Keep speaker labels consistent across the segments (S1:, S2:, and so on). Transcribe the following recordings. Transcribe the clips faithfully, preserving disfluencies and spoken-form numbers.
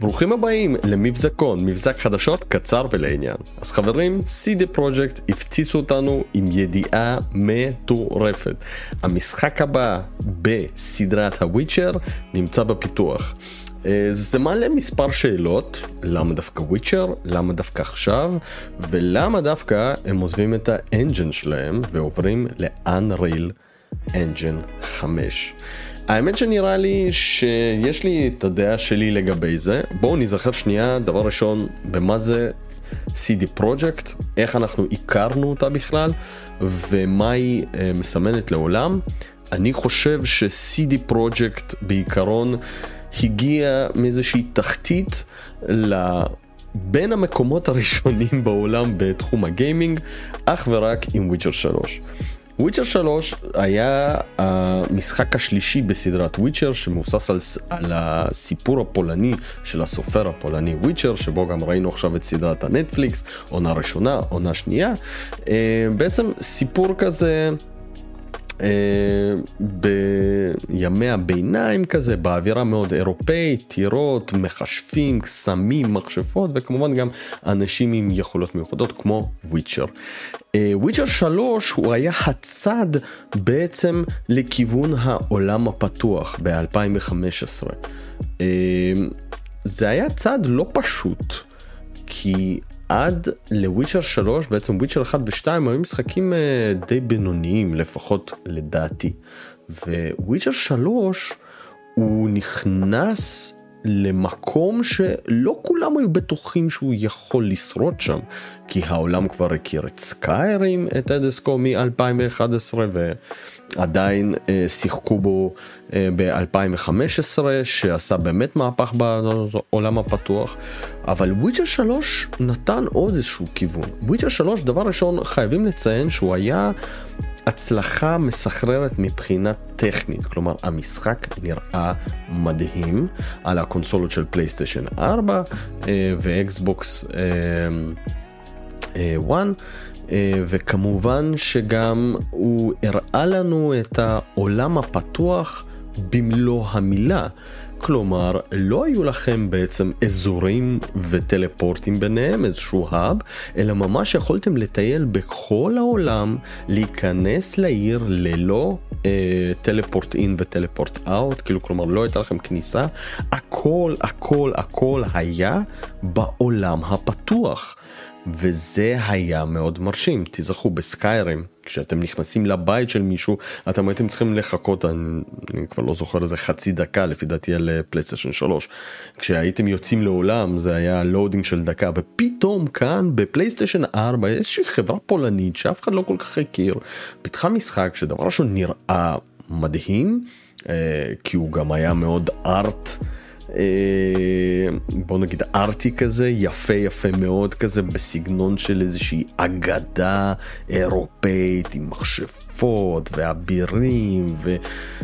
S1: ברוכים הבאים למבזקון, מבזק חדשות קצר ולעניין. אז חברים, סי די Projekt הפציצו אותנו עם ידיעה מטורפת. המשחק הבא בסדרת הוויצ'ר נמצא בפיתוח. זה מעלה מספר שאלות, למה דווקא וויצ'ר, למה דווקא עכשיו, ולמה דווקא הם עוזבים את האנג'ן שלהם ועוברים ל-Unreal Engine חמש. האמת שנראה לי שיש לי את הדעה שלי לגבי זה. בואו נזכר שנייה, דבר ראשון, במה זה סי די Projekt, איך אנחנו הכרנו אותה בכלל, ומה היא אה, מסמנת לעולם. אני חושב ש-סי די Projekt בעיקרון הגיע מאיזושהי תחתית בין המקומות הראשונים בעולם בתחום הגיימינג, אך ורק עם וויצ'ר שלוש. וויצ'ר שלוש היה המשחק השלישי בסדרת וויצ'ר, שמבוסס על, על הסיפור הפולני של הסופר הפולני וויצ'ר, שבו גם ראינו עכשיו את סדרת הנטפליקס, עונה ראשונה, עונה שנייה. בעצם סיפור כזה בימי הביניים כזה, באווירה מאוד אירופאית, טירות, מחשבים, קסמים, מכשפות, וכמובן גם אנשים עם יכולות מיוחדות כמו וויצ'ר. וויצ'ר שלוש הוא היה הצד בעצם לכיוון העולם הפתוח ב-אלפיים וחמש עשרה. זה היה צעד לא פשוט, כי עד לוויצ'ר שלוש, בעצם וויצ'ר אחד ושתיים היו משחקים די בינוניים, לפחות לדעתי. וויצ'ר שלוש הוא נכנס למקום שלא כולם היו בטוחים שהוא יכול לשרוד שם, כי העולם כבר הכיר את סקיירים, את אדסקו מ-אלפיים ואחת עשרה, ועדיין אה, שיחקו בו אה, ב-אלפיים וחמש עשרה, שעשה באמת מהפך בעולם הפתוח. אבל וויצ'ר שלוש נתן עוד איזשהו כיוון. וויצ'ר שלוש, דבר ראשון, חייבים לציין שהוא היה הצלחה מסחררת מבחינה טכנית, כלומר המשחק נראה מדהים על הקונסולות של פלייסטיישן ארבע ואקסבוקס וואן, וכמובן שגם הוא הראה לנו את העולם הפתוח במלוא המילה. כלומר, לא היו לכם בעצם אזורים וטלפורטים ביניהם, איזשהו האב, אלא ממש יכולתם לטייל בכל העולם, להיכנס לעיר ללא אה, טלפורט אין וטלפורט אאוט, כאילו, כלומר, לא הייתה לכם כניסה, הכל, הכל, הכל היה בעולם הפתוח. וזה היה מאוד מרשים. תזכרו, בסקיירים, כשאתם נכנסים לבית של מישהו, אתם הייתם צריכים לחכות, אני, אני כבר לא זוכר איזה חצי דקה, לפי דעתי על פלייסטיישן שלוש. כשהייתם יוצאים לעולם, זה היה לואודינג של דקה, ופתאום כאן, בפלייסטיישן ארבע, איזושהי חברה פולנית, שאף אחד לא כל כך הכיר, פיתחה משחק שדבר ראשון נראה מדהים, כי הוא גם היה מאוד ארט, בוא נגיד ארטי כזה, יפה יפה מאוד כזה, בסגנון של איזושהי אגדה אירופאית עם מכשפות ואבירים ו...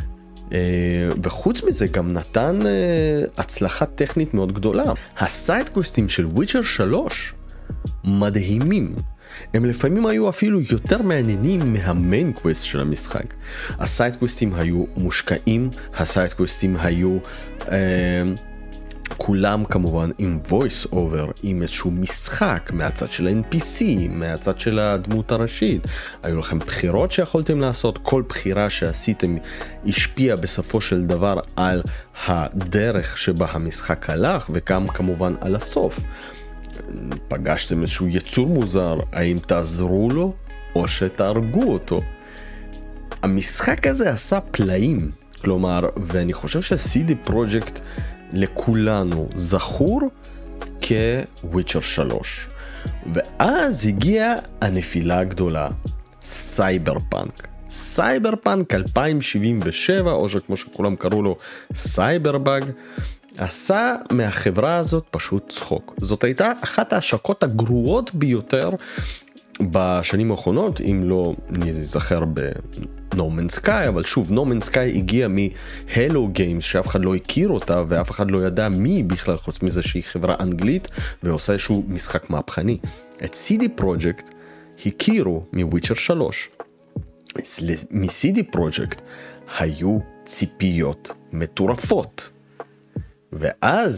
S1: וחוץ מזה גם נתן הצלחה טכנית מאוד גדולה. הסיידקווסטים של וויצ'ר שלוש מדהימים, הם לפעמים היו אפילו יותר מעניינים מהמיין קווסט של המשחק. הסיידקווסטים היו מושקעים, הסיידקווסטים היו אה, כולם כמובן עם voice over, עם איזשהו משחק מהצד של ה-אן פי סי, מהצד של הדמות הראשית. היו לכם בחירות שיכולתם לעשות, כל בחירה שעשיתם השפיעה בסופו של דבר על הדרך שבה המשחק הלך, וגם כמובן על הסוף. פגשתם איזשהו יצור מוזר, האם תעזרו לו או שתהרגו אותו? המשחק הזה עשה פלאים, כלומר, ואני חושב ש-סי די Projekt לכולנו זכור כוויצ'ר שלוש. ואז הגיעה הנפילה הגדולה, סייבר פאנק. סייבר פאנק אלפיים שבעים ושבע, או שכמו שכולם קראו לו סייבר באג, עשה מהחברה הזאת פשוט צחוק. זאת הייתה אחת ההשקות הגרועות ביותר בשנים האחרונות, אם לא נזכר ב-No Man's Sky, אבל שוב, No Man's Sky הגיע מ-Hello Games, שאף אחד לא הכיר אותה, ואף אחד לא ידע מי בכלל, חוץ מזה שהיא חברה אנגלית, ועושה איזשהו משחק מהפכני. את סי די Projekt הכירו מוויצ'ר שלוש. מ-סי די Projekt היו ציפיות מטורפות. ואז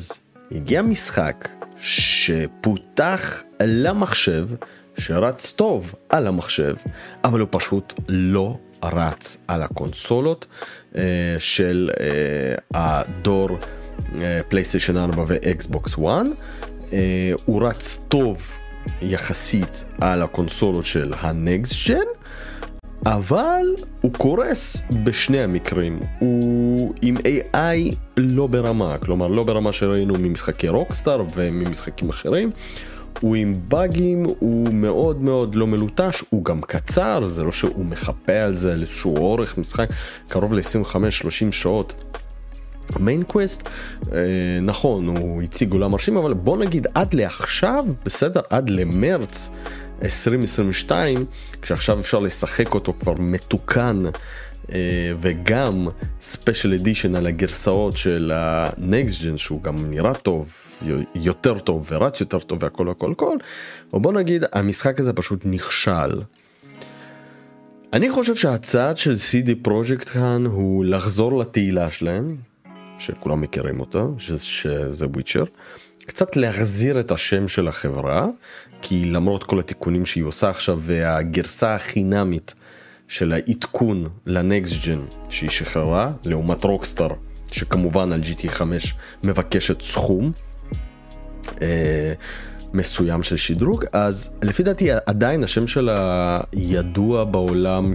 S1: הגיע משחק שפותח למחשב, שרץ טוב על המחשב, אבל הוא פשוט לא רץ על הקונסולות אה, של אה, הדור אה, פלייסטיישן ארבע ואקסבוקס וואן. אה, הוא רץ טוב יחסית על הקונסולות של הנקסט ג'ן, אבל הוא קורס בשני המקרים. הוא עם איי איי לא ברמה, כלומר לא ברמה שראינו ממשחקי רוקסטאר וממשחקים אחרים. הוא עם באגים, הוא מאוד מאוד לא מלוטש, הוא גם קצר, זה לא שהוא מחפה על זה על איזשהו אורך משחק, קרוב ל-עשרים וחמש שלושים שעות. מיין קווסט, אה, נכון, הוא הציג עולם מרשים, אבל בוא נגיד עד לעכשיו, בסדר, עד למרץ עשרים עשרים ושתיים, כשעכשיו אפשר לשחק אותו כבר מתוקן, אה, וגם ספיישל אדישן על הגרסאות של הנקסט ג'ן, שהוא גם נראה טוב, יותר טוב ורץ יותר טוב והכל הכל הכל, ובוא נגיד המשחק הזה פשוט נכשל. אני חושב שהצעד של סי די פרויקט כאן הוא לחזור לתהילה שלהם, שכולם מכירים אותה, שזה וויצ'ר, קצת להחזיר את השם של החברה, כי למרות כל התיקונים שהיא עושה עכשיו והגרסה החינמית של העדכון לנקסט ג'ן שהיא שחררה, לעומת רוקסטאר שכמובן על ג'י טי חמש מבקשת סכום אה, מסוים של שדרוג, אז לפי דעתי עדיין השם שלה ידוע בעולם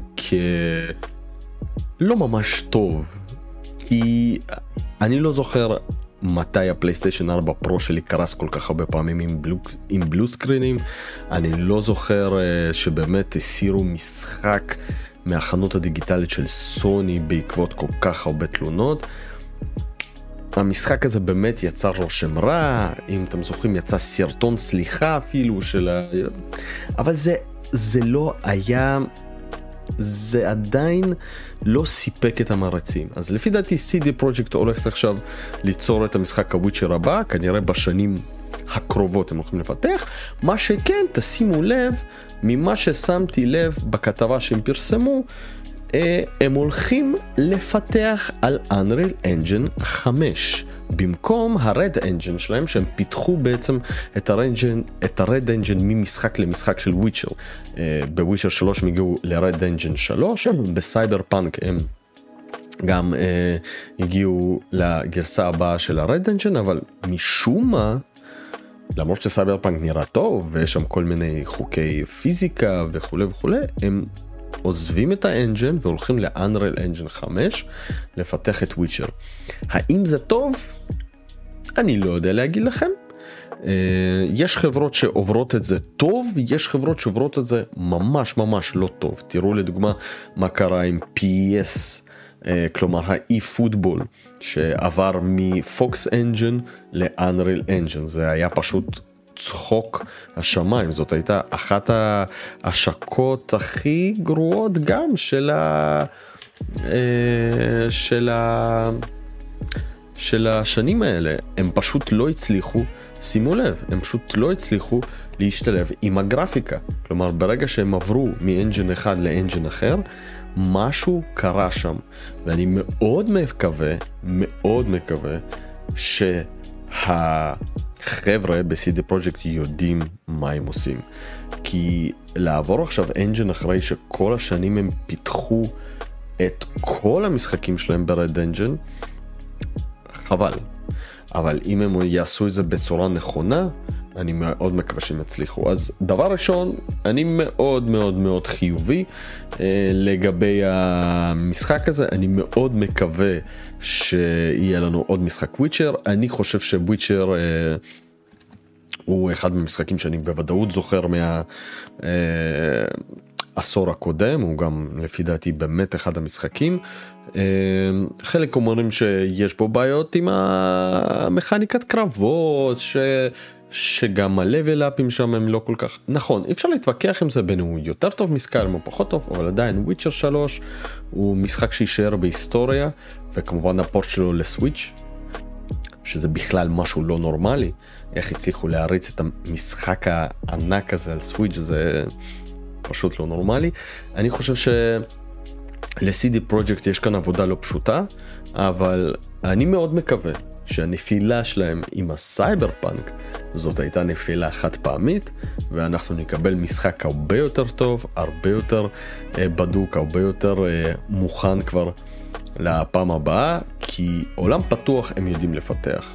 S1: כלא ממש טוב, כי אני לא זוכר מתי הפלייסטיישן ארבע פרו שלי קרס כל כך הרבה פעמים עם בלו, עם בלו סקרינים. אני לא זוכר uh, שבאמת הסירו משחק מהחנות הדיגיטלית של סוני בעקבות כל כך הרבה תלונות. המשחק הזה באמת יצר רושם רע, אם אתם זוכרים יצא סרטון סליחה אפילו של ה... אבל זה, זה לא היה... זה עדיין לא סיפק את המרצים. אז לפי דעתי סי די פרויקט הולכת עכשיו ליצור את המשחק הוויצ'ר הבא, כנראה בשנים הקרובות הם הולכים לפתח. מה שכן, תשימו לב, ממה ששמתי לב בכתבה שהם פרסמו, הם הולכים לפתח על Unreal Engine חמש במקום ה-Red Engine שלהם, שהם פיתחו בעצם את ה-Red, את ה-Red Engine ממשחק למשחק של וויצ'ר. בוויצ'ר שלוש הם הגיעו ל-Red Engine שלוש, בסייבר פאנק הם גם uh, הגיעו לגרסה הבאה של ה-Red Engine, אבל משום מה, למרות שסייבר פאנק נראה טוב ויש שם כל מיני חוקי פיזיקה וכו' וכו', הם עוזבים את האנג'ן והולכים ל-Unreal Engine חמש לפתח את וויצ'ר. האם זה טוב? אני לא יודע להגיד לכם. יש חברות שעוברות את זה טוב, יש חברות שעוברות את זה ממש ממש לא טוב. תראו לדוגמה מה קרה עם פי אס, כלומר האי פוטבול, שעבר מפוקס אנג'ן ל-Unreal Engine. זה היה פשוט צחוק השמיים. זאת הייתה אחת ההשקות הכי גרועות גם של ה... של ה... של השנים האלה. הם פשוט לא הצליחו, שימו לב, הם פשוט לא הצליחו להשתלב עם הגרפיקה. כלומר, ברגע שהם עברו מאנג'ן אחד לאנג'ן אחר, משהו קרה שם. ואני מאוד מקווה, מאוד מקווה, שהחבר'ה ב-סי די פרויקט יודעים מה הם עושים. כי לעבור עכשיו אנג'ן אחרי שכל השנים הם פיתחו את כל המשחקים שלהם ברד אנג'ן, חבל. אבל אם הם יעשו את זה בצורה נכונה, אני מאוד מקווה שהם יצליחו. אז דבר ראשון, אני מאוד מאוד מאוד חיובי אה, לגבי המשחק הזה. אני מאוד מקווה שיהיה לנו עוד משחק וויצ'ר. אני חושב שוויצ'ר אה, הוא אחד מהמשחקים שאני בוודאות זוכר מה... אה, עשור הקודם, הוא גם לפי דעתי באמת אחד המשחקים. חלק אומרים שיש פה בעיות עם המכניקת קרבות, ש... שגם הלבל-אפים שם הם לא כל כך... נכון, אפשר להתווכח עם זה בין הוא יותר טוב מסקיירים או פחות טוב, אבל עדיין וויצ'ר שלוש הוא משחק שישאר בהיסטוריה, וכמובן הפורט שלו לסוויץ', שזה בכלל משהו לא נורמלי. איך הצליחו להריץ את המשחק הענק הזה על סוויץ', זה... פשוט לא נורמלי. אני חושב של-סי די פרויקט יש כאן עבודה לא פשוטה, אבל אני מאוד מקווה שהנפילה שלהם עם הסייבר פאנק זאת הייתה נפילה חד פעמית, ואנחנו נקבל משחק הרבה יותר טוב, הרבה יותר אה, בדוק, הרבה יותר אה, מוכן כבר לפעם הבאה, כי עולם פתוח הם יודעים לפתח.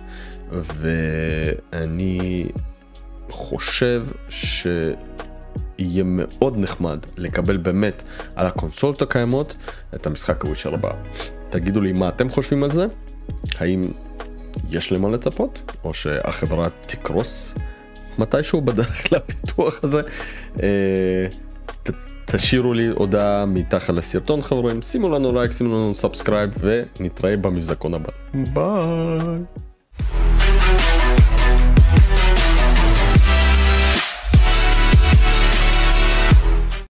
S1: ואני חושב שיהיה מאוד נחמד לקבל באמת על הקונסולות הקיימות את המשחק הוויצ'ר הבא. תגידו לי מה אתם חושבים על זה, האם יש למה לצפות או שהחברה תקרוס מתישהו בדרך לפיתוח הזה. ת, תשאירו לי הודעה מתחת לסרטון חברים, שימו לנו לייק, שימו לנו סאבסקרייב, ונתראה במבזקון הבא. ביי.